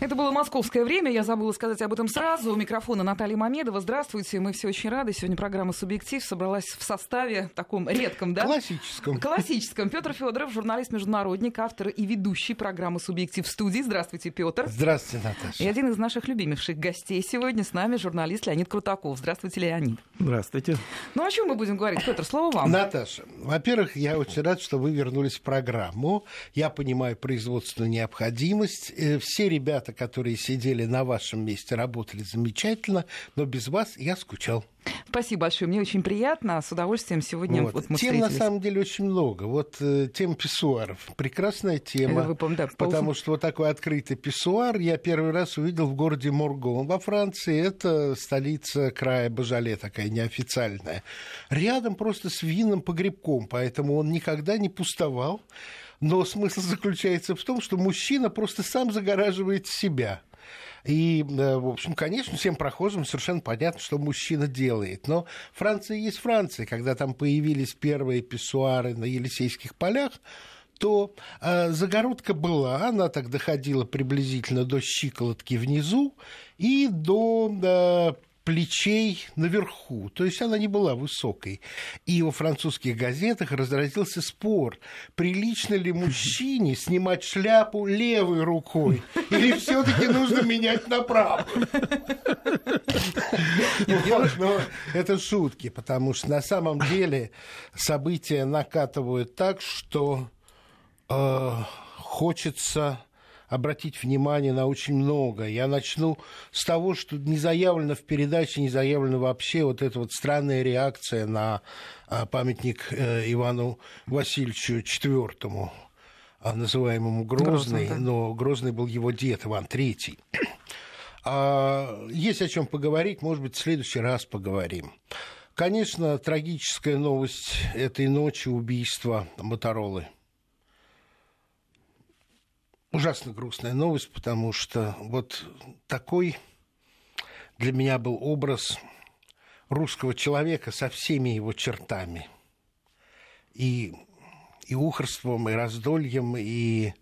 Это было московское время, я забыла сказать об этом сразу. У микрофона Наталья Мамедова. Здравствуйте, мы все очень рады. Сегодня программа «Субъектив» собралась в составе таком редком, да? Классическом. Петр Федоров, журналист-международник, автор и ведущий программы «Субъектив» в студии. Здравствуйте, Петр. Здравствуйте, Наташа. И один из наших любимейших гостей сегодня с нами журналист Леонид Крутаков. Здравствуйте, Леонид. Здравствуйте. Ну, о чем мы будем говорить? Петр, слово вам. Наташа, во-первых, я очень рад, что вы вернулись в программу. Я понимаю производственную необходимость. Все ребята, которые сидели на вашем месте, работали замечательно, но без вас я скучал. Спасибо большое, мне очень приятно. С удовольствием сегодня мы тем встретились. На самом деле очень много. Тема писсуаров. Прекрасная тема. Потому что такой открытый писсуар я первый раз увидел в городе Моргон во Франции. Это столица края Божоле, такая неофициальная. Рядом просто с винным погребком, поэтому он никогда не пустовал. Но смысл заключается в том, что мужчина просто сам загораживает себя. И, в общем, конечно, всем прохожим совершенно понятно, что мужчина делает. Но Франция есть Франция. Когда там появились первые писсуары на Елисейских полях, то загородка была, она так доходила приблизительно до щиколотки внизу и до плечей наверху, то есть она не была высокой. И во французских газетах разразился спор, прилично ли мужчине снимать шляпу левой рукой, или все-таки нужно менять на правую. Но это шутки, потому что на самом деле события накатывают так, что хочется обратить внимание на очень много. Я начну с того, что не заявлено в передаче, не заявлено вообще эта странная реакция на памятник Ивану Васильевичу IV, называемому Грозный, но Грозный был его дед Иван III. Есть о чем поговорить, может быть, в следующий раз поговорим. Конечно, трагическая новость этой ночи — убийство Моторолы. Ужасно грустная новость, потому что такой для меня был образ русского человека со всеми его чертами. И ухарством, и раздольем, и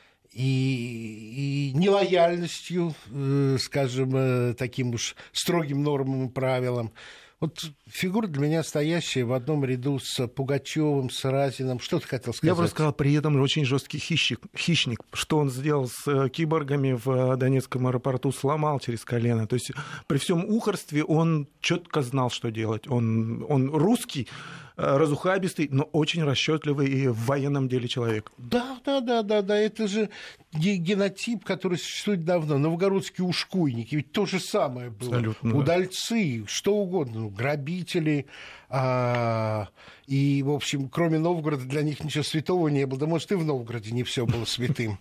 нелояльностью, скажем, таким уж строгим нормам и правилам. Фигура для меня стоящая в одном ряду с Пугачевым, с Разиным. Что ты хотел сказать? Я бы сказал, при этом очень жесткий хищник. Что он сделал с киборгами в Донецком аэропорту, сломал через колено. То есть при всем ухарстве он четко знал, что делать. Он русский, разухабистый, но очень расчетливый и в военном деле человек. Да, это же генотип, который существует давно. Новгородские ушкуйники, ведь то же самое было. Абсолютно, удальцы, что угодно, грабители. И, в общем, кроме Новгорода для них ничего святого не было. Да, может, и в Новгороде не все было святым.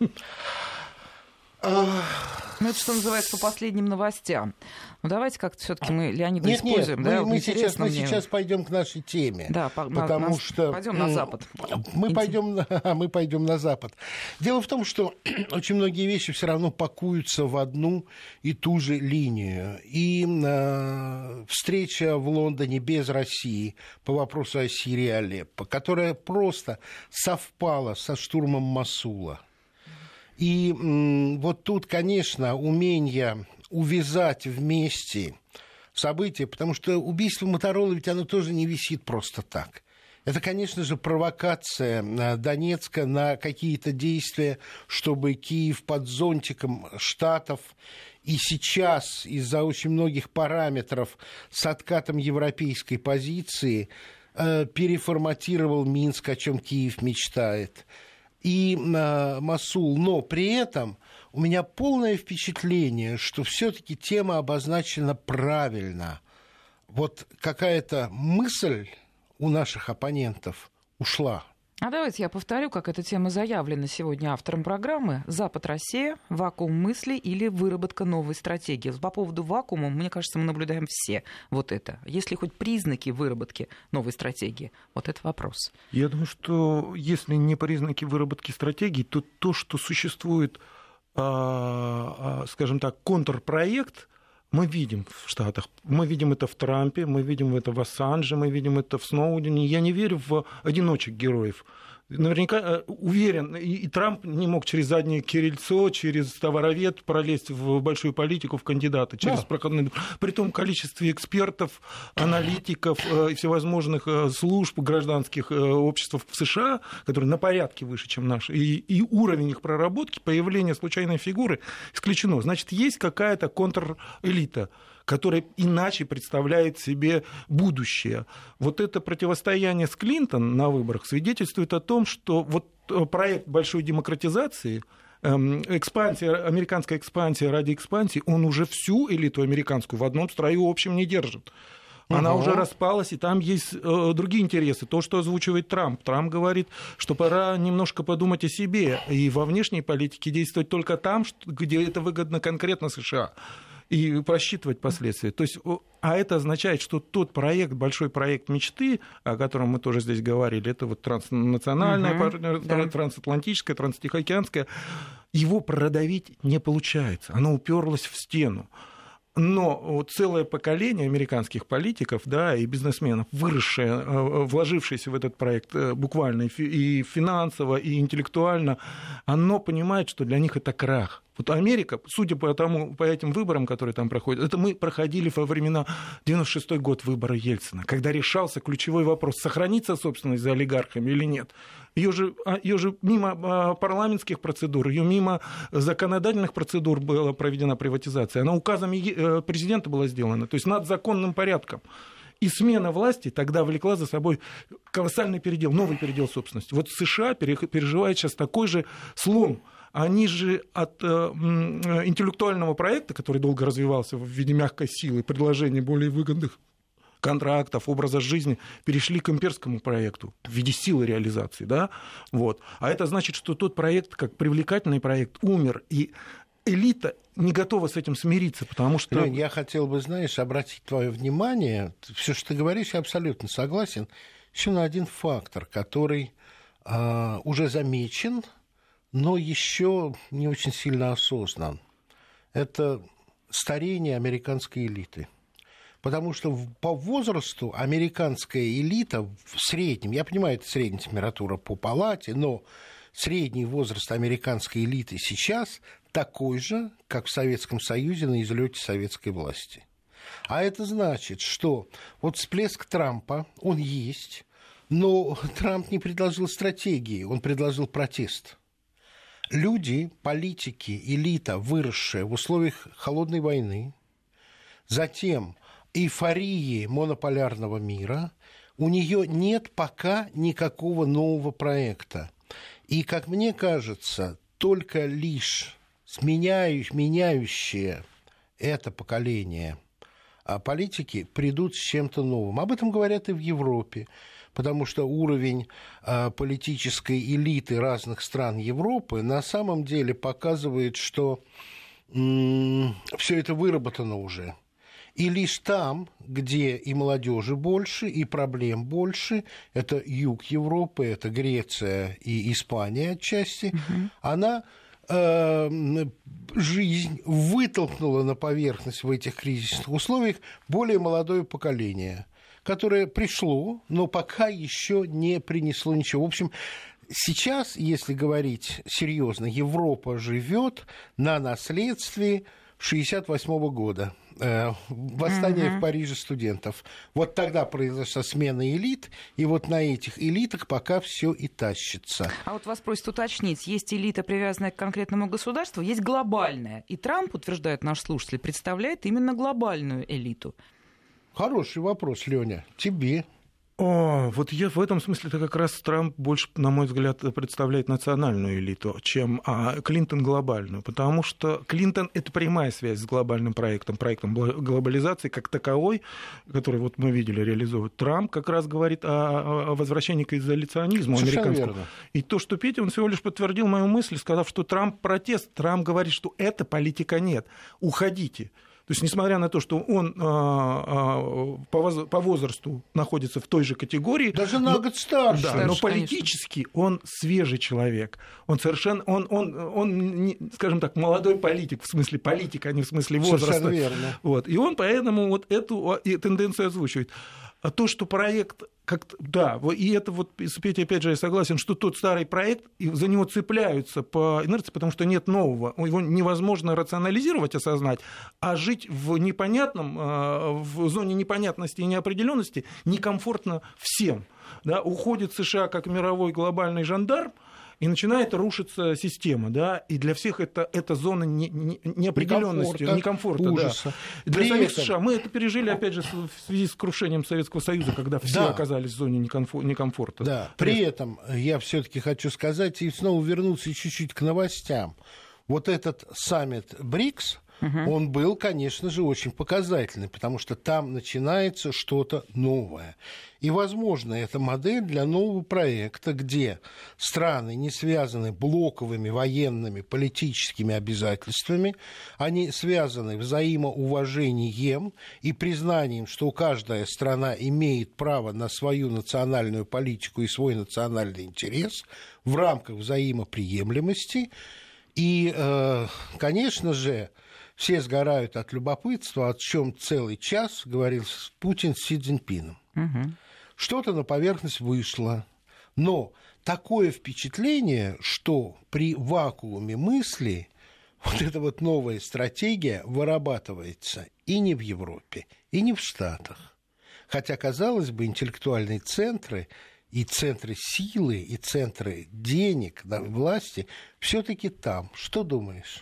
Это что называется по последним новостям. Давайте как-то все-таки мы Леонида используем. Мы сейчас пойдем к нашей теме. Да, потому что пойдем на Запад. Мы пойдем на Запад. Дело в том, что очень многие вещи все равно пакуются в одну и ту же линию. И встреча в Лондоне без России по вопросу о Сирии и Алеппо, которая просто совпала со штурмом Мосула. И тут, конечно, умение увязать вместе события, потому что убийство Моторолы, ведь оно тоже не висит просто так. Это, конечно же, провокация Донецка на какие-то действия, чтобы Киев под зонтиком Штатов и сейчас из-за очень многих параметров с откатом европейской позиции переформатировал Минск, о чем Киев мечтает, и Мосул. Но при этом у меня полное впечатление, что все-таки тема обозначена правильно. Какая-то мысль у наших оппонентов ушла. А давайте я повторю, как эта тема заявлена сегодня автором программы. Запад, Россия, вакуум мыслей или выработка новой стратегии. По поводу вакуума, мне кажется, мы наблюдаем все это. Есть ли хоть признаки выработки новой стратегии? Это вопрос. Я думаю, что если не признаки выработки стратегии, то то, что существует, скажем так, контрпроект, мы видим в Штатах. Мы видим это в Трампе, мы видим это в Ассанже, мы видим это в Сноудене. Я не верю в одиночек героев. наверняка уверен, и Трамп не мог через заднее крыльцо, через товаровед пролезть в большую политику, в кандидаты, через проходные... При том количестве экспертов, аналитиков и всевозможных служб гражданских обществ в США, которые на порядке выше, чем наши, и уровень их проработки, появление случайной фигуры исключено. Значит, есть какая-то контрэлита, которая иначе представляет себе будущее. Вот это противостояние с Клинтон на выборах свидетельствует о том, что вот проект большой демократизации, экспансия, американская экспансия ради экспансии, он уже всю элиту американскую в одном строю общем не держит. Она уже распалась, и там есть другие интересы. То, что озвучивает Трамп. Трамп говорит, что пора немножко подумать о себе и во внешней политике действовать только там, где это выгодно конкретно США, и просчитывать последствия. То есть, а это означает, что тот проект, большой проект мечты, о котором мы тоже здесь говорили, это вот транснациональная партнерство, трансатлантическое, транстихоокеанское, его продавить не получается. Оно уперлось в стену. Но вот целое поколение американских политиков, да, и бизнесменов, выросшие, вложившиеся в этот проект буквально и финансово, и интеллектуально, оно понимает, что для них это крах. Вот Америка, судя по этим выборам, которые там проходят, это мы проходили во времена 96-й год выбора Ельцина, когда решался ключевой вопрос, сохранится собственность за олигархами или нет. Ее же мимо парламентских процедур, ее мимо законодательных процедур была проведена приватизация. Она указами президента была сделана, то есть над законным порядком. И смена власти тогда влекла за собой колоссальный передел, новый передел собственности. Вот США переживает сейчас такой же слом. Они же от интеллектуального проекта, который долго развивался в виде мягкой силы, предложений более выгодных контрактов, образа жизни, перешли к имперскому проекту в виде силы реализации. Да? Вот. А это значит, что тот проект, как привлекательный проект, умер, и элита не готова с этим смириться, потому что... Лёнь, я хотел бы, знаешь, обратить твое внимание, все, что ты говоришь, я абсолютно согласен, еще на один фактор, который уже замечен, но еще не очень сильно осознан. Это старение американской элиты. Потому что по возрасту американская элита в среднем, я понимаю, это средняя температура по палате, но средний возраст американской элиты сейчас такой же, как в Советском Союзе на излете советской власти. А это значит, что вот всплеск Трампа, он есть, но Трамп не предложил стратегии, он предложил протест. Люди, политики, элита, выросшая в условиях холодной войны, затем эйфории монополярного мира, у нее нет пока никакого нового проекта. И, как мне кажется, только лишь меняющие это поколение политики придут с чем-то новым. Об этом говорят и в Европе. Потому что уровень политической элиты разных стран Европы на самом деле показывает, что все это выработано уже. И лишь там, где и молодежи больше, и проблем больше, это юг Европы, это Греция и Испания отчасти, она жизнь вытолкнула на поверхность в этих кризисных условиях более молодое поколение, которое пришло, но пока еще не принесло ничего. В общем, сейчас, если говорить серьезно, Европа живет на наследстве 1968 года. Восстание в Париже студентов. Вот тогда произошла смена элит, и вот на этих элитах пока все и тащится. А вот вас просят уточнить, есть элита, привязанная к конкретному государству, есть глобальная. И Трамп, утверждает наш слушатель, представляет именно глобальную элиту. Хороший вопрос, Лёня. Тебе. Вот в этом смысле-то как раз Трамп больше, на мой взгляд, представляет национальную элиту, чем Клинтон глобальную. Потому что Клинтон — это прямая связь с глобальным проектом глобализации как таковой, который вот мы видели реализовывать. Трамп как раз говорит о возвращении к изоляционизму американскому. И то, что Петя, он всего лишь подтвердил мою мысль, сказав, что Трамп протест. Трамп говорит, что это политика нет. Уходите. То есть, несмотря на то, что он по возрасту находится в той же категории... Даже на год старше. Да, но политически он свежий человек. Он совершенно... Он, скажем так, молодой политик, в смысле политика, а не в смысле возраста. Совершенно верно. Вот. И он поэтому вот эту тенденцию озвучивает. то, что проект... Да, и это вот, с Петей, опять же, я согласен, что тот старый проект, за него цепляются по инерции, потому что нет нового. Его невозможно рационализировать, осознать, а жить в непонятном, в зоне непонятности и неопределенности некомфортно всем. Да? Уходит США как мировой глобальный жандарм, и начинает рушиться система, да, и для всех это зона неопределенности, некомфорта, ужаса. Да. Для самих США мы это пережили, опять же, в связи с крушением Советского Союза, когда все оказались в зоне некомфорта. Да. При этом я все-таки хочу сказать и снова вернуться чуть-чуть к новостям. Вот этот саммит БРИКС, он был, конечно же, очень показательный, потому что там начинается что-то новое. И, возможно, это модель для нового проекта, где страны не связаны блоковыми военными политическими обязательствами, они связаны взаимоуважением и признанием, что каждая страна имеет право на свою национальную политику и свой национальный интерес в рамках взаимоприемлемости. И, конечно же, все сгорают от любопытства, о чем целый час говорил Путин с Си Цзиньпином. Что-то на поверхность вышло, но такое впечатление, что при вакууме мысли вот эта вот новая стратегия вырабатывается и не в Европе, и не в Штатах. Хотя, казалось бы, интеллектуальные центры и центры силы, и центры денег, да, власти все-таки там. Что думаешь?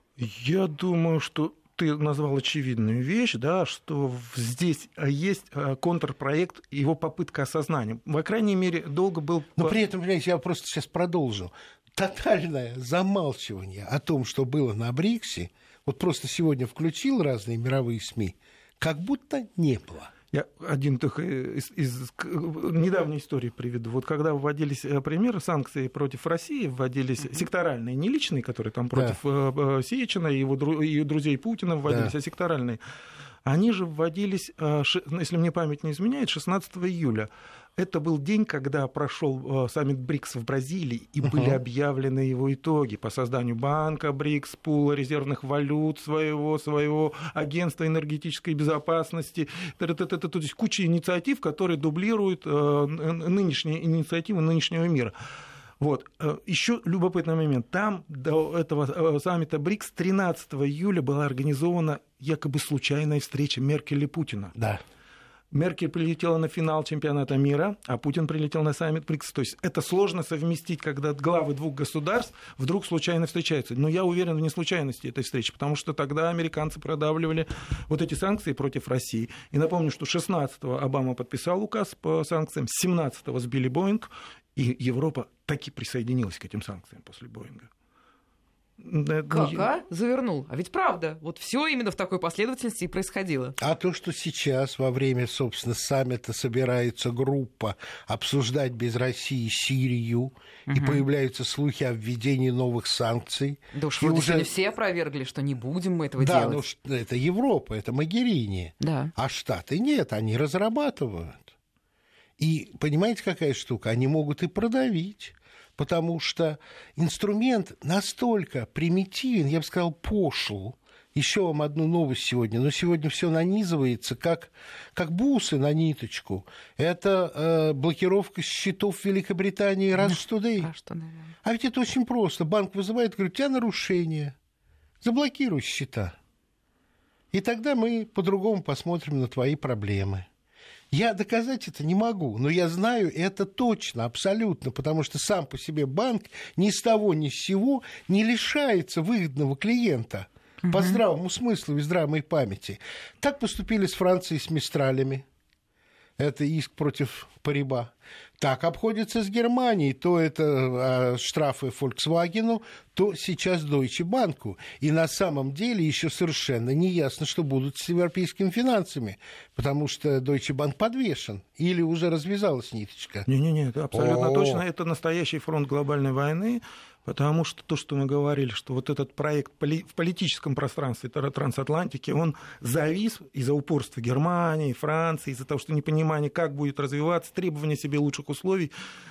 Я думаю, что ты назвал очевидную вещь, да, что здесь есть контрпроект, его попытка осознания. По крайней мере, долго был... Но при этом, понимаете, я просто сейчас продолжу. Тотальное замалчивание о том, что было на БРИКСе, вот просто сегодня включил разные мировые СМИ, как будто не было. Я один только из недавней истории приведу. Вот когда вводились примеры санкций против России, вводились секторальные, не личные, которые там против Сечина и его друзей Путина вводились, а секторальные. Они же вводились, если мне память не изменяет, 16 июля. Это был день, когда прошел саммит БРИКС в Бразилии, и были объявлены его итоги по созданию банка БРИКС, пула резервных валют, своего агентства энергетической безопасности. То есть куча инициатив, которые дублируют нынешние инициативы нынешнего мира. Вот. Еще любопытный момент. Там до этого саммита БРИКС 13 июля была организована якобы случайная встреча Меркель и Путина. Да. Меркель прилетела на финал чемпионата мира, а Путин прилетел на саммит БРИКС. То есть это сложно совместить, когда главы двух государств вдруг случайно встречаются. Но я уверен в неслучайности этой встречи, потому что тогда американцы продавливали вот эти санкции против России. И напомню, что 16-го Обама подписал указ по санкциям, 17-го сбили Боинг, и Европа таки присоединилась к этим санкциям после Боинга. Как, завернул. А ведь правда, вот все именно в такой последовательности и происходило. А то, что сейчас во время, собственно, саммита собирается группа обсуждать без России Сирию, и появляются слухи о введении новых санкций. Да уж вроде уже все опровергли, что не будем мы этого делать. Да, но это Европа, это Могерини. Да. А Штаты нет, они разрабатывают. И понимаете, какая штука? Они могут и продавить. Потому что инструмент настолько примитивен, я бы сказал, пошел. Еще вам одну новость сегодня. Но сегодня все нанизывается, как бусы на ниточку. Это блокировка счетов Великобритании Russia Today. А ведь это очень просто. Банк вызывает, говорит, у тебя нарушение. Заблокируй счета. И тогда мы по-другому посмотрим на твои проблемы. Я доказать это не могу, но я знаю это точно, абсолютно, потому что сам по себе банк ни с того ни с сего не лишается выгодного клиента по здравому смыслу и здравой памяти. Так поступили с Францией с Мистралями. Это иск против Париба. Так обходится с Германией. То это штрафы Volkswagen, то сейчас Deutsche Bank. И на самом деле еще совершенно не ясно, что будут с европейскими финансами, потому что Deutsche Bank подвешен. Или уже развязалась ниточка. Не-не-не, это абсолютно точно. Это настоящий фронт глобальной войны. Потому что то, что мы говорили, что вот этот проект в политическом пространстве трансатлантики, он завис из-за упорства Германии, Франции, из-за того, что непонимание, как будет развиваться, требования себе лучших условий.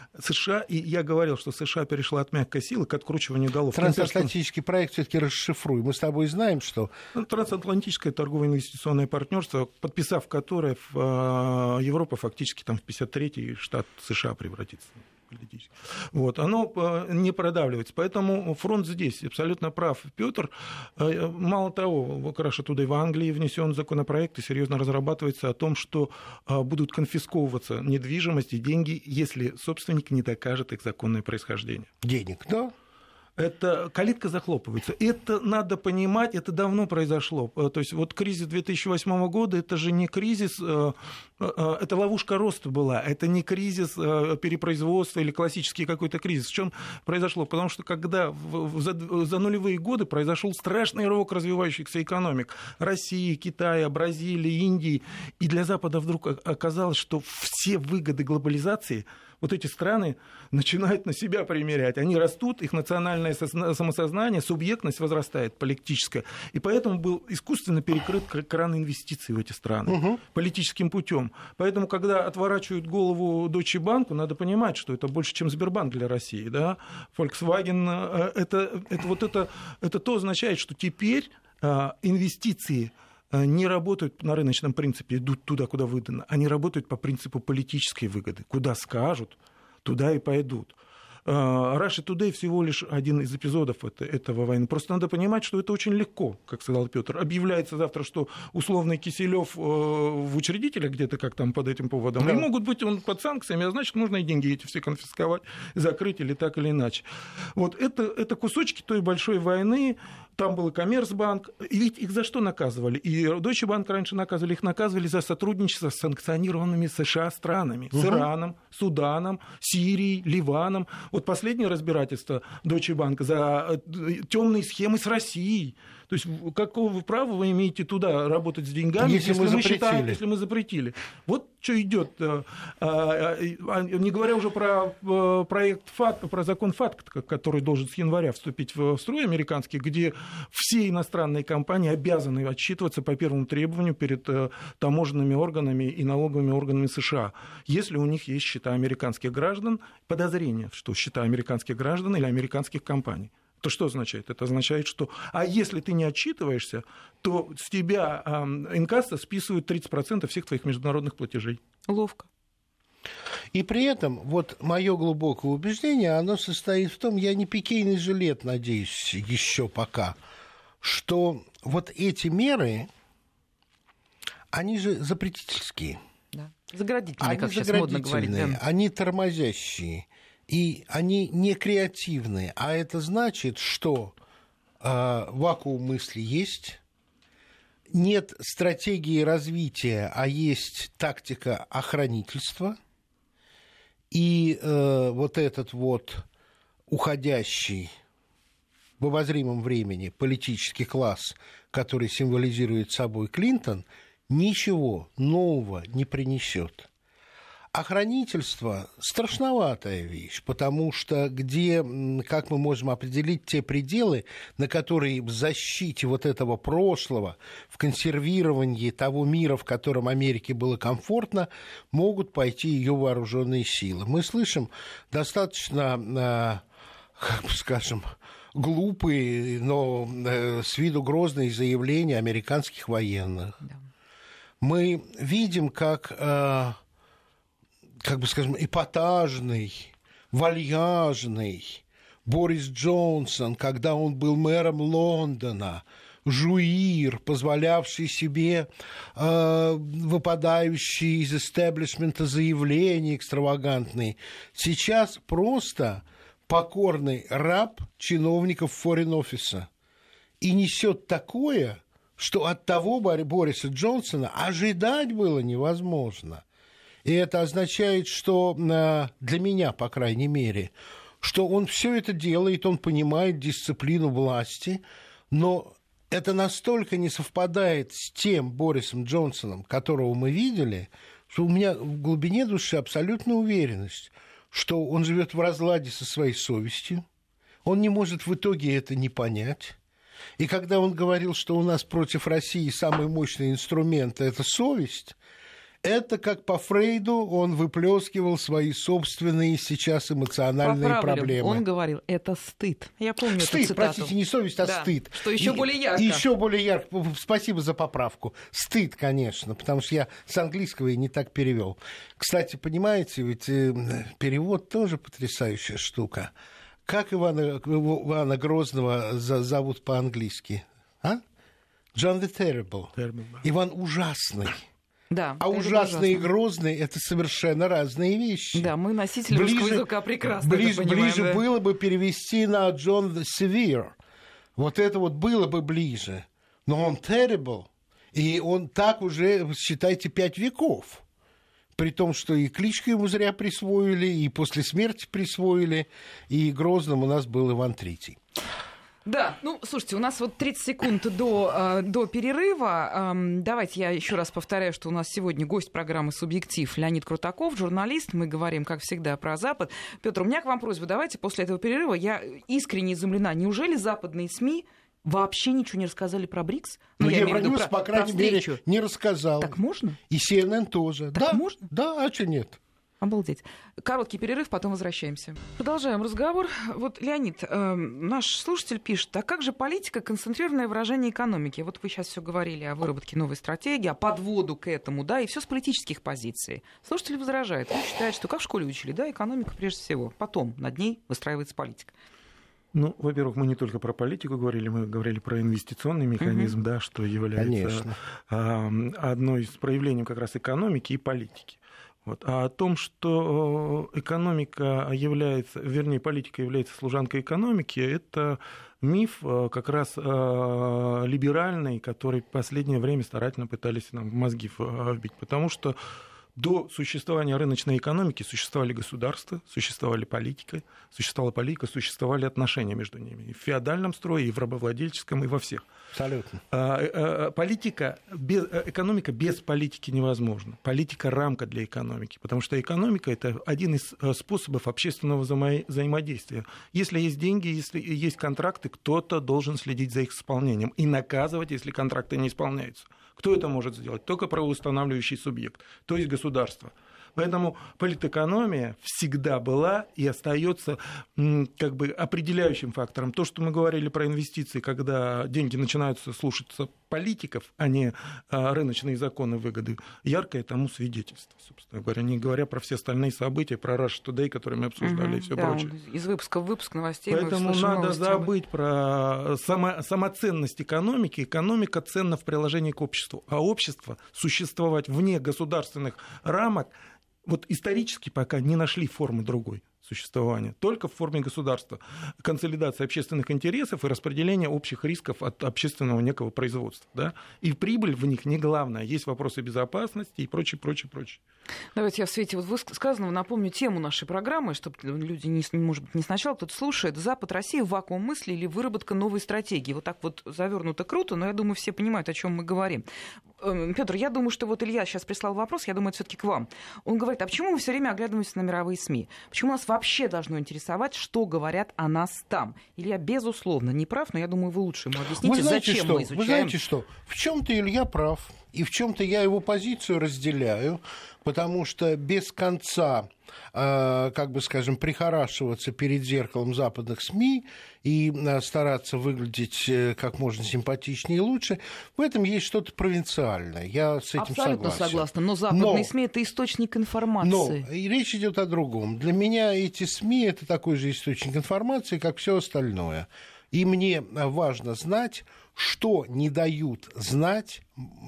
США, и я говорил, что США перешла от мягкой силы к откручиванию голов. Трансатлантический проект все-таки расшифруй. Мы с тобой знаем, что... Трансатлантическое торгово-инвестиционное партнерство, подписав которое, Европа фактически там в 53-й штат США превратится. Вот, оно не продавливается. Поэтому фронт здесь абсолютно прав. Петр, мало того, как раз оттуда и в Англии внесен законопроект и серьезно разрабатывается о том, что будут конфисковываться недвижимость и деньги, если собственник не докажет их законное происхождение. Денег, да? Это калитка захлопывается. Это надо понимать, это давно произошло. То есть вот кризис 2008 года, это же не кризис, это ловушка роста была, это не кризис перепроизводства или классический какой-то кризис. В чем произошло? Потому что когда за нулевые годы произошел страшный рывок развивающихся экономик России, Китая, Бразилии, Индии, и для Запада вдруг оказалось, что все выгоды глобализации вот эти страны начинают на себя примерять. Они растут, их национальное самосознание, субъектность возрастает политическая. И поэтому был искусственно перекрыт кран инвестиций в эти страны политическим путем. Поэтому, когда отворачивают голову Deutsche Bank, надо понимать, что это больше, чем Сбербанк для России. Да? Volkswagen, это то означает, что теперь инвестиции не работают на рыночном принципе, идут туда, куда выдано. Они работают по принципу политической выгоды. Куда скажут, туда и пойдут. Russia Today всего лишь один из эпизодов этого войны. Просто надо понимать, что это очень легко, как сказал Петр. Объявляется завтра, что условный Киселёв в учредителях где-то, как там под этим поводом, да. И могут быть он под санкциями, а значит, нужно и деньги эти все конфисковать, закрыть или так или иначе. Вот это кусочки той большой войны. Там был и Коммерцбанк. И ведь их за что наказывали? И Deutsche Bank раньше наказывали. Их наказывали за сотрудничество с санкционированными США странами. С Ираном, Суданом, Сирией, Ливаном. Вот последнее разбирательство Deutsche Bank за темные схемы с Россией. То есть какого права вы имеете туда работать с деньгами, если мы запретили? Вот что идет. Не говоря уже про проект ФАТКА, про закон ФАТКА, который должен с января вступить в строй американский, где все иностранные компании обязаны отчитываться по первому требованию перед таможенными органами и налоговыми органами США, если у них есть счета американских граждан, подозрение, что счета американских граждан или американских компаний. То что означает? Это означает, что если ты не отчитываешься, то с тебя инкассо списывают 30% всех твоих международных платежей. Ловко. И при этом, вот мое глубокое убеждение, оно состоит в том, я не пикейный жилет, надеюсь, еще пока, что вот эти меры, они же запретительские. Да. Заградительные, как сейчас модно говорить. Да. Они тормозящие. И они не креативные, а это значит, что вакуум мысли есть, нет стратегии развития, а есть тактика охранительства, и вот этот вот уходящий в обозримом времени политический класс, который символизирует собой Клинтон, ничего нового не принесет. Охранительство – страшноватая вещь, потому что где, как мы можем определить те пределы, на которые в защите вот этого прошлого, в консервировании того мира, в котором Америке было комфортно, могут пойти ее вооруженные силы. Мы слышим достаточно, как бы скажем, глупые, но с виду грозные заявления американских военных. Да. Мы видим, как бы скажем, эпатажный, вальяжный Борис Джонсон, когда он был мэром Лондона, жуир, позволявший себе выпадающие из истеблишмента заявления экстравагантные, сейчас просто покорный раб чиновников форин-офиса и несет такое, что от того Бориса Джонсона ожидать было невозможно. И это означает, что для меня, по крайней мере, что он все это делает, он понимает дисциплину власти, но это настолько не совпадает с тем Борисом Джонсоном, которого мы видели, что у меня в глубине души абсолютная уверенность, что он живет в разладе со своей совестью, он не может в итоге это не понять. И когда он говорил, что у нас против России самый мощный инструмент – это совесть, Это как по Фрейду он выплескивал свои собственные сейчас эмоциональные проблемы. Он говорил, это стыд. Я помню стыд, эту цитату. Простите, не совесть, а да, стыд. Что еще более ярко. Еще более ярко. Спасибо за поправку. Стыд, конечно, потому что я с английского и не так перевел. Кстати, понимаете, ведь перевод тоже потрясающая штука. Как Ивана Грозного зовут по-английски? А? John the Terrible. Иван ужасный. Да, а ужасный и грозный — это совершенно разные вещи. Да, мы носители русского языка прекрасно это понимаем. Ближе да. было бы перевести на John the Severe. Вот это вот было бы ближе. Но он terrible. И он так уже, считайте, 5 веков. При том, что и кличку ему зря присвоили, и после смерти присвоили, и грозным у нас был Иван III. Да, ну, слушайте, у нас вот 30 секунд до перерыва. Давайте я еще раз повторяю, что у нас сегодня гость программы «Субъектив» Леонид Крутаков, журналист. Мы говорим, как всегда, про Запад. Петр, у меня к вам просьба. Давайте после этого перерыва. Я искренне изумлена. Неужели западные СМИ вообще ничего не рассказали про БРИКС? Ну, Евроньюз, по крайней мере, не рассказал. Так можно? И CNN тоже. Так можно? Да, а что нет? Обалдеть. Короткий перерыв, потом возвращаемся. Продолжаем разговор. Вот, Леонид, наш слушатель пишет, а как же политика, концентрированное выражение экономики? Вот вы сейчас все говорили о выработке новой стратегии, о подводу к этому, да, и все с политических позиций. Слушатель возражает. Он считает, что как в школе учили, да, экономика прежде всего. Потом над ней выстраивается политика. Ну, во-первых, мы не только про политику говорили, мы говорили про инвестиционный механизм, да, что является одной из проявлений как раз экономики и политики. Вот. А о том, что экономика является, вернее, политика является служанкой экономики, это миф как раз либеральный, который в последнее время старательно пытались нам в мозги вбить. Потому что до существования рыночной экономики существовали государства, существовала политика, существовали отношения между ними. И в феодальном строе, и в рабовладельческом, и во всех. Абсолютно. Экономика без политики невозможна. Политика — рамка для экономики, потому что экономика — это один из способов общественного взаимодействия. Если есть деньги, если есть контракты, кто-то должен следить за их исполнением и наказывать, если контракты не исполняются. Кто это может сделать? Только правоустанавливающий субъект, то есть государство. Поэтому политэкономия всегда была и остается как бы определяющим фактором. То, что мы говорили про инвестиции, когда деньги начинают слушаться политиков, а не рыночные законы выгоды, яркое тому свидетельство, собственно говоря, не говоря про все остальные события, про Russia Today, которые мы обсуждали, и все прочее. Из выпуска в выпуск новостей. Поэтому надо забыть про самоценность экономики. Экономика ценна в приложении к обществу, а общество существовать вне государственных рамок вот исторически пока не нашли формы другой существования, только в форме государства. Консолидация общественных интересов и распределение общих рисков от общественного некого производства. Да? И прибыль в них не главное. Есть вопросы безопасности и прочее. Давайте я в свете вот сказанного напомню тему нашей программы, чтобы люди, может быть, не сначала кто-то слушает. Запад, Россия, вакуум мысли или выработка новой стратегии. Вот так вот завернуто круто, но я думаю, все понимают, о чем мы говорим. Петр, я думаю, что вот Илья сейчас прислал вопрос, я думаю, это все-таки к вам. Он говорит, а почему мы все время оглядываемся на мировые СМИ? Почему нас вообще должно интересовать, что говорят о нас там? Илья, безусловно, не прав, но я думаю, вы лучше ему объясните, зачем мы изучаем. Вы знаете что? В чем-то Илья прав, и в чем-то я его позицию разделяю, потому что без конца, как бы скажем, прихорашиваться перед зеркалом западных СМИ и стараться выглядеть как можно симпатичнее и лучше, в этом есть что-то провинциальное. Я с этим абсолютно согласна, но западные СМИ — это источник информации. Но и речь идет о другом. Для меня эти СМИ — это такой же источник информации, как все остальное. И мне важно знать, что не дают знать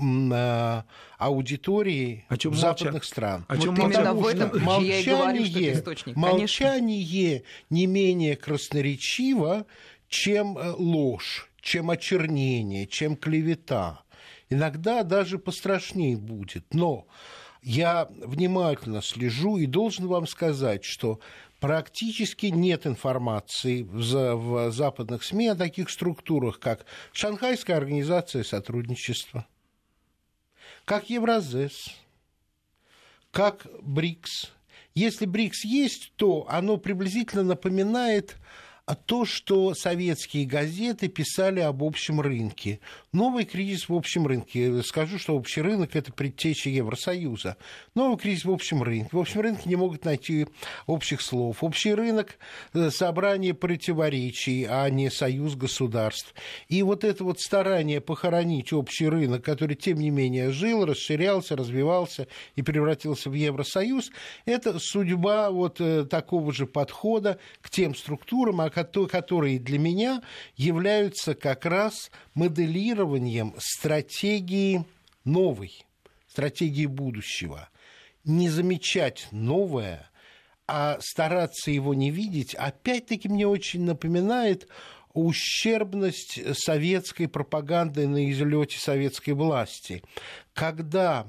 аудитории западных стран. О чем именно в этом ключе я и говорю, что это источник. Молчание не менее красноречиво, чем ложь, чем очернение, чем клевета. Иногда даже пострашнее будет. Но я внимательно слежу и должен вам сказать, что практически нет информации в западных СМИ о таких структурах, как Шанхайская организация сотрудничества, как Евразес, как БРИКС. Если БРИКС есть, то оно приблизительно напоминает то, что советские газеты писали об общем рынке. Новый кризис в общем рынке. Скажу, что общий рынок – это предтеча Евросоюза. Новый кризис в общем рынке. В общем рынке не могут найти общих слов. Общий рынок – собрание противоречий, а не союз государств. И вот это вот старание похоронить общий рынок, который, тем не менее, жил, расширялся, развивался и превратился в Евросоюз, это судьба вот такого же подхода к тем структурам, которые для меня являются как раз моделированием стратегии новой, стратегии будущего. Не замечать новое, а стараться его не видеть, опять-таки мне очень напоминает ущербность советской пропаганды на излете советской власти, когда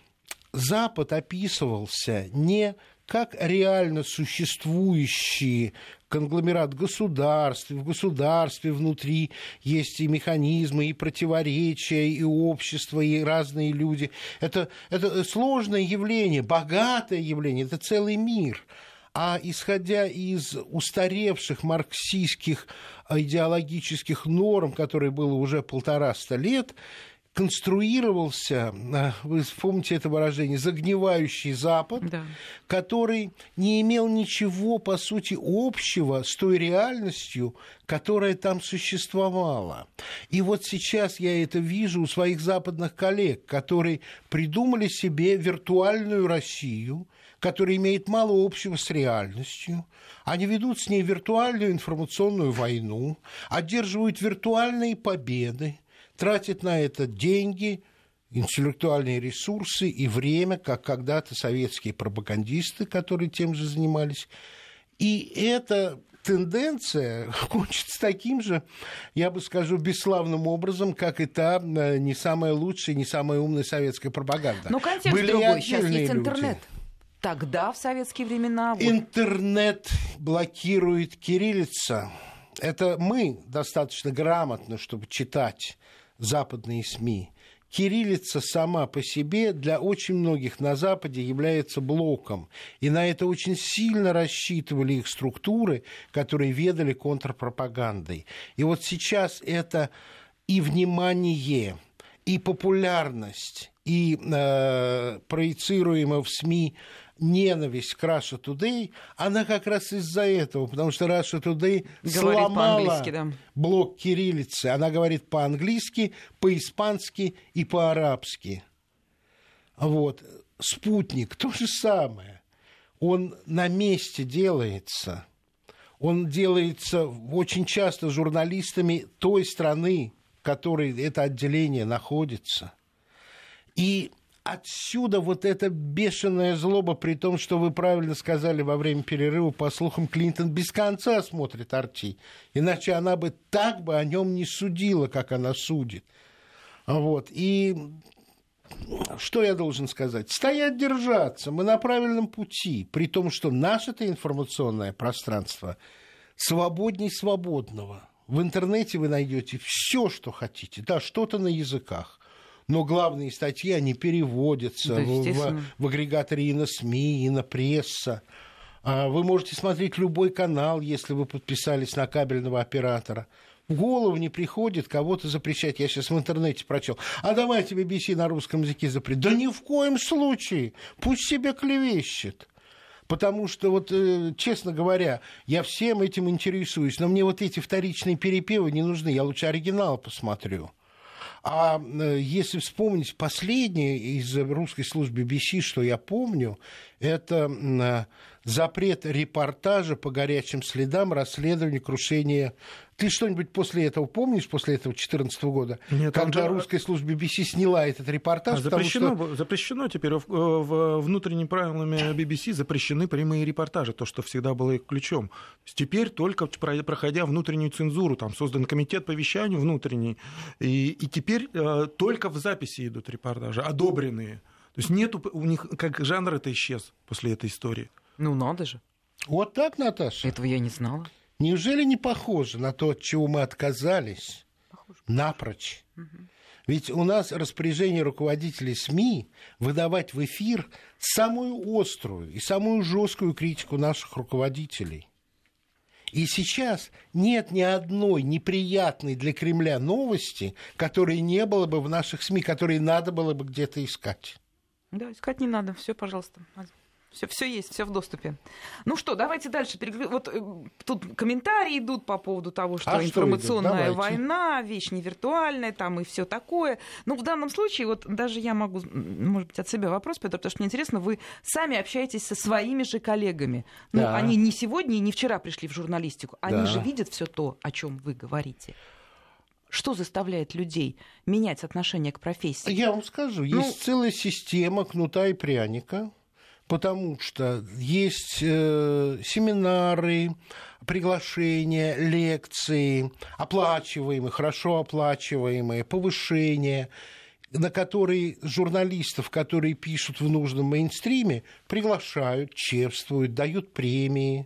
Запад описывался не как реально существующий конгломерат государств, в государстве внутри есть и механизмы, и противоречия, и общество, и разные люди. Это сложное явление, богатое явление, это целый мир. А исходя из устаревших марксистских идеологических норм, которые было уже 150 лет, конструировался, вы вспомните это выражение, загнивающий Запад, да, который не имел ничего, по сути, общего с той реальностью, которая там существовала. И вот сейчас я это вижу у своих западных коллег, которые придумали себе виртуальную Россию, которая имеет мало общего с реальностью. Они ведут с ней виртуальную информационную войну, одерживают виртуальные победы, тратят на это деньги, интеллектуальные ресурсы и время, как когда-то советские пропагандисты, которые тем же занимались. И эта тенденция кончится таким же, я бы скажу, бесславным образом, как и та не самая лучшая, не самая умная советская пропаганда. Но контекст другой, сейчас есть интернет. Тогда, в советские времена... Интернет блокирует кириллица. Это мы достаточно грамотно, чтобы читать западные СМИ. Кириллица сама по себе для очень многих на Западе является блоком. И на это очень сильно рассчитывали их структуры, которые ведали контрпропагандой. И вот сейчас это и внимание, и популярность, и проецируемая в СМИ ненависть к Russia Today, она как раз из-за этого, потому что Russia Today сломала блок кириллицы. Она говорит по-английски, по-испански и по-арабски. Вот. Спутник то же самое. Он на месте делается. Он делается очень часто журналистами той страны, в которой это отделение находится. И отсюда вот эта бешеная злоба, при том, что вы правильно сказали во время перерыва, по слухам, Клинтон без конца смотрит Арти. Иначе она бы так бы о нем не судила, как она судит. Вот. И что я должен сказать? Стоять, держаться. Мы на правильном пути. При том, что наше-то информационное пространство свободней свободного. В интернете вы найдете все, что хотите. Да, что-то на языках. Но главные статьи, они переводятся в агрегаторе ИНО-СМИ, ИНО-пресса. Вы можете смотреть любой канал, если вы подписались на кабельного оператора. В голову не приходит кого-то запрещать. Я сейчас в интернете прочел. А давайте BBC на русском языке запретить. Да ни в коем случае. Пусть себе клевещет. Потому что, вот, честно говоря, я всем этим интересуюсь. Но мне вот эти вторичные перепевы не нужны. Я лучше оригинал посмотрю. А если вспомнить последнее из русской службы BBC, что я помню, это запрет репортажа по горячим следам расследования крушения. Ты что-нибудь после этого помнишь, после этого 2014 года? Нет, когда русская служба BBC сняла этот репортаж? Запрещено теперь внутренними правилами BBC запрещены прямые репортажи, то, что всегда было их ключом. Теперь только проходя внутреннюю цензуру, там создан комитет по вещанию внутренний, и теперь только в записи идут репортажи, одобренные. То есть нет у них, как жанр это исчез после этой истории. Ну, надо же. Вот так, Наташа. Этого я не знала. Неужели не похоже на то, от чего мы отказались? Похоже. Напрочь. Угу. Ведь у нас распоряжение руководителей СМИ выдавать в эфир самую острую и самую жесткую критику наших руководителей. И сейчас нет ни одной неприятной для Кремля новости, которой не было бы в наших СМИ, которые надо было бы где-то искать. Да, искать не надо. Все, пожалуйста. Все есть, все в доступе. Ну что, давайте дальше. Вот тут комментарии идут по поводу того, что информационная война, вещь не виртуальная, там и все такое. Ну, в данном случае, вот даже я могу, может быть, от себя вопрос, Петр, потому что мне интересно, вы сами общаетесь со своими же коллегами. Ну, да. Они не сегодня и не вчера пришли в журналистику. Они же видят все то, о чем вы говорите. Что заставляет людей менять отношение к профессии? Я вам скажу, есть целая система кнута и пряника. Потому что есть семинары, приглашения, лекции, оплачиваемые, хорошо оплачиваемые, повышения, на которые журналистов, которые пишут в нужном мейнстриме, приглашают, чествуют, дают премии.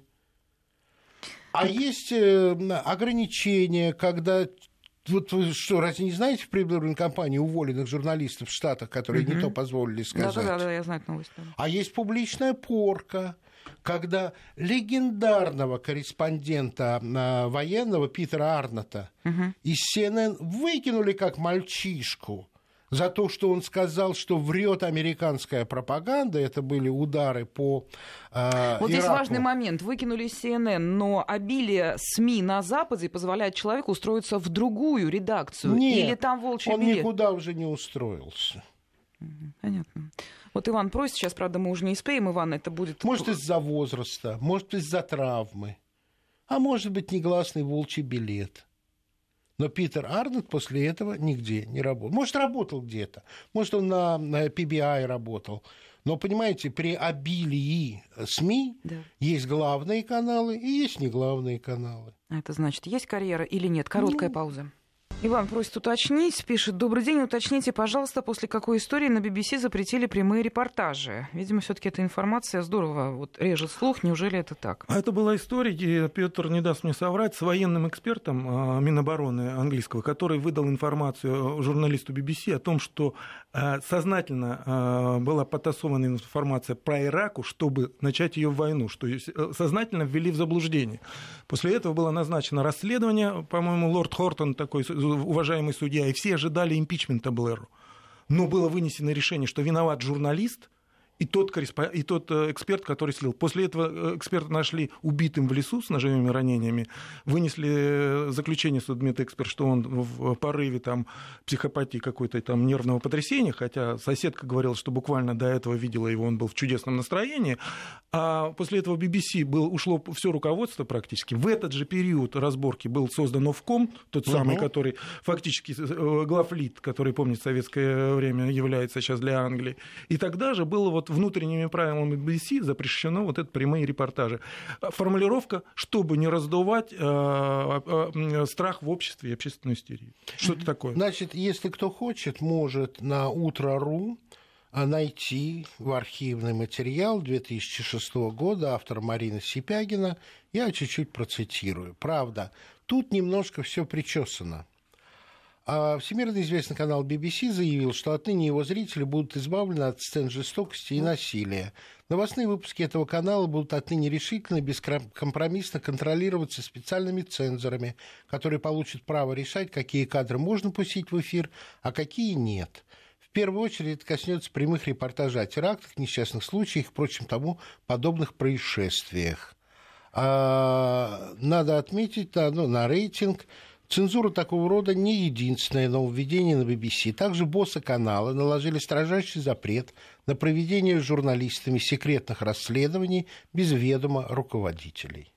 А есть ограничения, когда... Вот вы что, разве не знаете в предвыборной кампании уволенных журналистов в Штатах, которые не то позволили сказать? Да, я знаю эту новость. Да. А есть публичная порка, когда легендарного корреспондента военного Питера Арнотта из CNN выкинули как мальчишку за то, что он сказал, что врет американская пропаганда. Это были удары по Ираку. Вот здесь важный момент. Выкинули CNN, но обилие СМИ на Западе позволяет человеку устроиться в другую редакцию. Нет, или там волчий он билет? никуда уже не устроился. Понятно. Вот Иван просит, сейчас, правда, мы уже не успеем, Иван, это будет... Может, из-за возраста, может, из-за травмы, а может быть, негласный волчий билет. Но Питер Арнотт после этого нигде не работал. Может, работал где-то. Может, он на PBI работал. Но, понимаете, при обилии СМИ есть главные каналы и есть неглавные каналы. Это значит, есть карьера или нет? Короткая пауза. Иван просит уточнить, пишет: добрый день, уточните, пожалуйста, после какой истории на BBC запретили прямые репортажи? Видимо, все-таки эта информация здорово вот режет слух, неужели это так? Это была история, где Петр не даст мне соврать, с военным экспертом Минобороны английского, который выдал информацию журналисту BBC о том, что сознательно была подтасована информация про Ирак, чтобы начать ее войну, что ее сознательно ввели в заблуждение. После этого было назначено расследование, по-моему, лорд Хортон, такой уважаемый судья, и все ожидали импичмента Блэру. Но было вынесено решение, что виноват журналист и тот эксперт, который слил. После этого эксперта нашли убитым в лесу с ножевыми ранениями, вынесли заключение судмедэксперт, что он в порыве там, психопатии какой-то там нервного потрясения, хотя соседка говорила, что буквально до этого видела его, он был в чудесном настроении. А после этого BBC ушло все руководство практически. В этот же период разборки был создан Ofcom, тот самый, который фактически главлид, который, помнит, в советское время является сейчас для Англии. И тогда же было вот внутренними правилами BBC запрещено вот это прямые репортажи. Формулировка, чтобы не раздувать страх в обществе и общественную истерию. Что-то такое. Значит, если кто хочет, может на Утро.ру найти в архивный материал 2006 года автора Марина Сипягина. Я чуть-чуть процитирую. Правда, тут немножко все причесано. А всемирно известный канал BBC заявил, что отныне его зрители будут избавлены от сцен жестокости и насилия. Новостные выпуски этого канала будут отныне решительно, бескомпромиссно контролироваться специальными цензорами, которые получат право решать, какие кадры можно пустить в эфир, а какие нет. В первую очередь это коснется прямых репортажей о терактах, несчастных случаях и, впрочем, тому подобных происшествиях. Надо отметить на рейтинг. Цензура такого рода не единственное нововведение на BBC. Также боссы канала наложили строжайший запрет на проведение журналистами секретных расследований без ведома руководителей.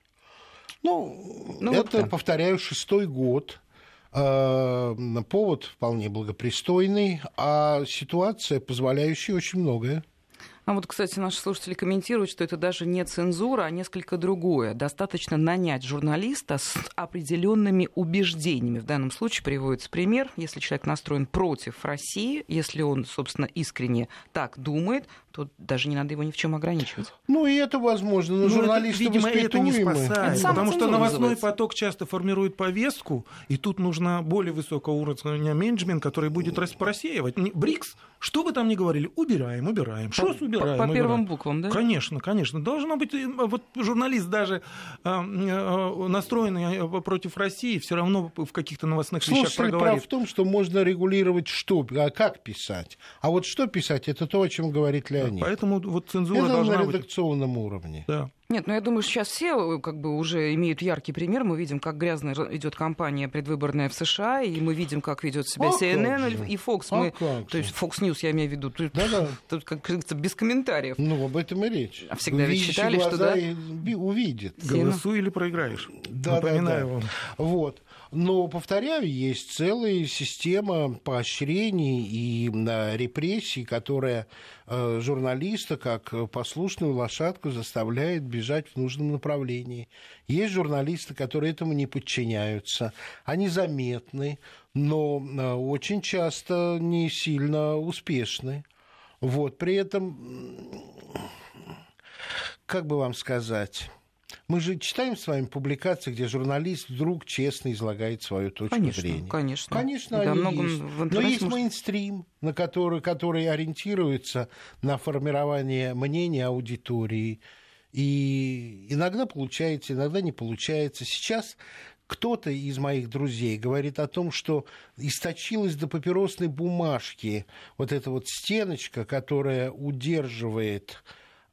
Это, повторяю, 6-й год. Повод вполне благопристойный, а ситуация, позволяющая очень многое. А вот, кстати, наши слушатели комментируют, что это даже не цензура, а несколько другое. Достаточно нанять журналиста с определенными убеждениями. В данном случае приводится пример. Если человек настроен против России, если он, собственно, искренне так думает, то даже не надо его ни в чем ограничивать. И это возможно, но журналисты видимо, это не спасает, это потому что новостной поток часто формирует повестку, и тут нужно более высокого уровня менеджмент, который будет просеивать. БРИКС, что вы там ни говорили, убираем. Что убираем? выбираем. По первым буквам, да? Конечно, конечно. Должно быть, вот журналист даже настроенный против России, все равно в каких-то новостных вещах проговорит. Прав в том, что можно регулировать что, а как писать. А вот что писать, это то, о чем говорит Леонид. Поэтому вот цензура это должна быть. На редакционном уровне. Да. Нет, ну я думаю, сейчас все как бы уже имеют яркий пример. Мы видим, как грязно идет кампания предвыборная в США, и мы видим, как ведет себя CNN и Fox. То есть Fox News, я имею в виду. Тут, как говорится, без комментариев. Ну, об этом и речь. А всегда ведь считали, что да. Увидит. Голосуй или проиграешь. Напоминаю вам. Вот. Но, повторяю, есть целая система поощрений и репрессий, которая журналиста, как послушную лошадку, заставляет бежать в нужном направлении. Есть журналисты, которые этому не подчиняются. Они заметны, но очень часто не сильно успешны. Вот. При этом, как бы вам сказать... Мы же читаем с вами публикации, где журналист вдруг честно излагает свою точку зрения. Конечно. Конечно, они есть. Но есть мейнстрим, который ориентируется на формирование мнения аудитории. И иногда получается, иногда не получается. Сейчас кто-то из моих друзей говорит о том, что источилась до папиросной бумажки вот эта вот стеночка, которая удерживает...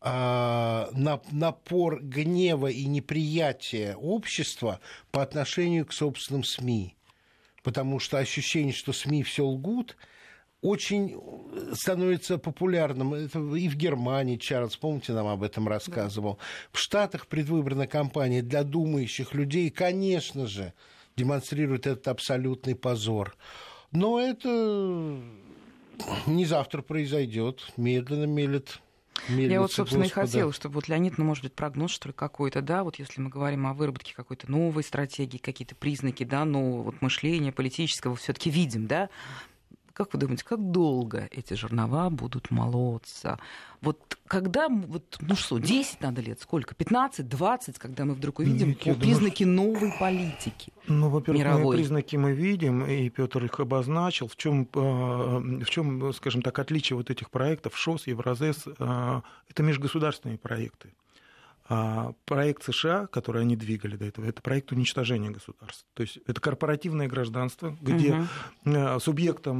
напор гнева и неприятия общества по отношению к собственным СМИ. Потому что ощущение, что СМИ все лгут, очень становится популярным. Это и в Германии Чарльз, помните, нам об этом рассказывал. Да. В Штатах предвыборная кампания для думающих людей, конечно же, демонстрирует этот абсолютный позор. Но это не завтра произойдет, медленно мелет. Я вот, собственно, Господа. И хотела, чтобы вот Леонид, может быть, прогноз, что ли, какой-то, да, вот если мы говорим о выработке какой-то новой стратегии, какие-то признаки, да, нового вот мышления политического все-таки видим, да. Как вы думаете, как долго эти жернова будут молоться? Вот когда, вот, ну что, 10 надо лет, сколько? 15, 20, когда мы вдруг увидим признаки новой политики? Ну, во-первых, мировой. Признаки мы видим, и Петр их обозначил. В чем, скажем так, отличие вот этих проектов ШОС, Евразес, это межгосударственные проекты. Проект США, который они двигали до этого, это проект уничтожения государства. То есть это корпоративное гражданство, где субъектом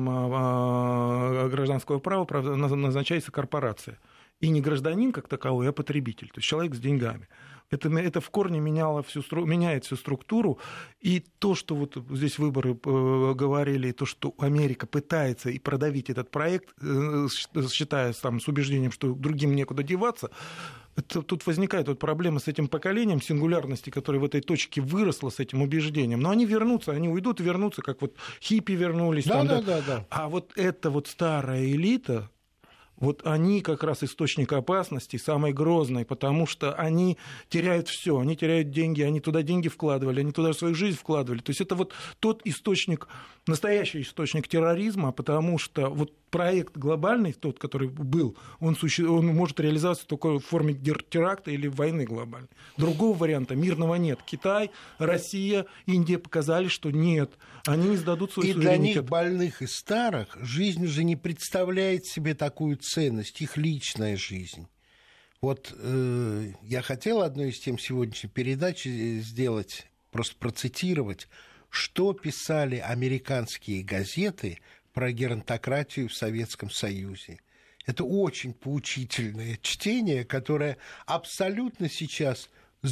гражданского права назначается корпорация. И не гражданин как таковой, а потребитель, то есть человек с деньгами. Это в корне меняет всю структуру. И то, что вот здесь выборы говорили, то, что Америка пытается и продавить этот проект, считая там, с убеждением, что другим некуда деваться, тут возникает вот проблема с этим поколением сингулярности, которое в этой точке выросло с этим убеждением. Но они вернутся, они уйдут и вернутся, как вот хиппи вернулись. Да. А вот эта вот старая элита... Вот они как раз источник опасности, самый грозный, потому что они теряют все, они теряют деньги, они туда деньги вкладывали, они туда свою жизнь вкладывали. То есть это вот тот источник, настоящий источник терроризма, потому что вот проект глобальный, тот, который был, он может реализоваться только в форме теракта или войны глобальной. Другого варианта мирного нет. Китай, Россия, Индия показали, что нет, они не сдадут свой суверенитет. И для них, больных и старых, жизнь уже не представляет себе такую ценность, их личная жизнь. Вот я хотел одной из тем сегодняшней передачи сделать, просто процитировать, что писали американские газеты про геронтократию в Советском Союзе. Это очень поучительное чтение, которое абсолютно сейчас в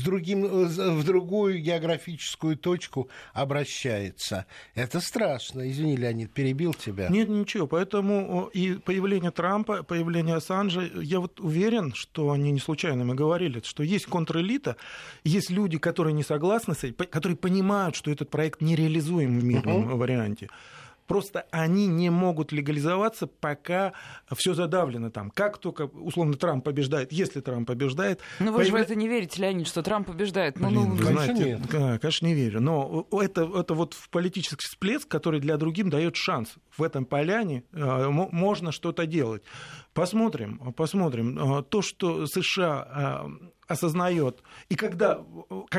другую географическую точку обращается. Это страшно. Извини, Леонид, перебил тебя. Нет, ничего. Поэтому и появление Трампа, появление Ассанжа, я вот уверен, что они не случайно, мы говорили, что есть контрэлита, есть люди, которые не согласны с этим, которые понимают, что этот проект нереализуем в мирном варианте. Просто они не могут легализоваться, пока все задавлено там. Как только, условно, Трамп побеждает, если Трамп побеждает... Ну вы же в это не верите, Леонид, что Трамп побеждает. Вы знаете, конечно, не верю. Но это вот политический всплеск, который для других дает шанс. В этом поляне можно что-то делать. Посмотрим. То, что США осознает. И когда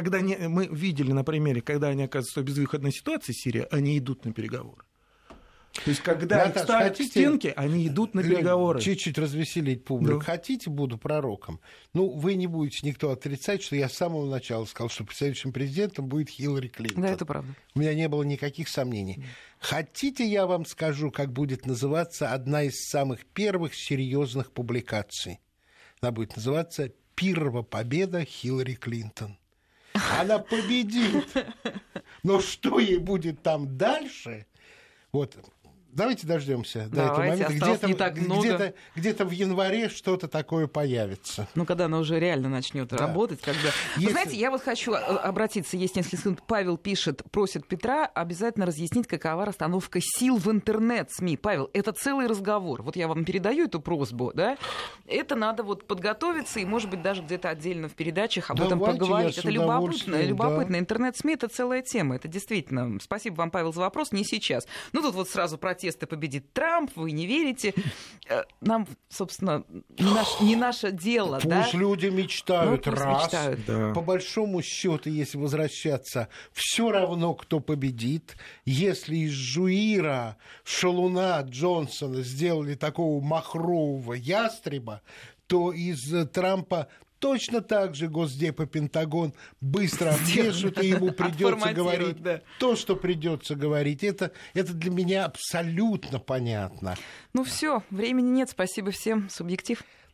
мы видели на примере, когда они оказываются в безвыходной ситуации, Сирия, они идут на переговоры. То есть, когда их ставят к стенке, они идут на переговоры. Чуть-чуть развеселить публику. Да. Хотите, буду пророком. Вы не будете никто отрицать, что я с самого начала сказал, что следующим президентом будет Хиллари Клинтон. Да, это правда. У меня не было никаких сомнений. Хотите, я вам скажу, как будет называться одна из самых первых серьезных публикаций? Она будет называться «Первая победа Хиллари Клинтон». Она победит. Но что ей будет там дальше? Давайте дождемся до этого момента. Где-то в январе что-то такое появится. Когда она уже реально начнет работать. Вы знаете, я хочу обратиться, есть несколько секунд. Павел пишет, просит Петра обязательно разъяснить, какова расстановка сил в интернет-СМИ. Павел, это целый разговор. Я вам передаю эту просьбу. Да? Это надо подготовиться и, может быть, даже где-то отдельно в передачах об этом поговорить. Это любопытно. Интернет-СМИ — это целая тема. Это действительно. Спасибо вам, Павел, за вопрос. Не сейчас. Тут сразу протесты победит Трамп, вы не верите. Нам, собственно, не наше дело. Пусть люди мечтают. Мечтают. Да. По большому счету, если возвращаться, все равно, кто победит. Если из Жуира, Шалуна, Джонсона сделали такого махрового ястреба, то из Трампа точно так же Госдеп и Пентагон быстро обвешивают, и ему придется говорить то, что придется говорить. Это для меня абсолютно понятно. Все, времени нет. Спасибо всем. Субъектив.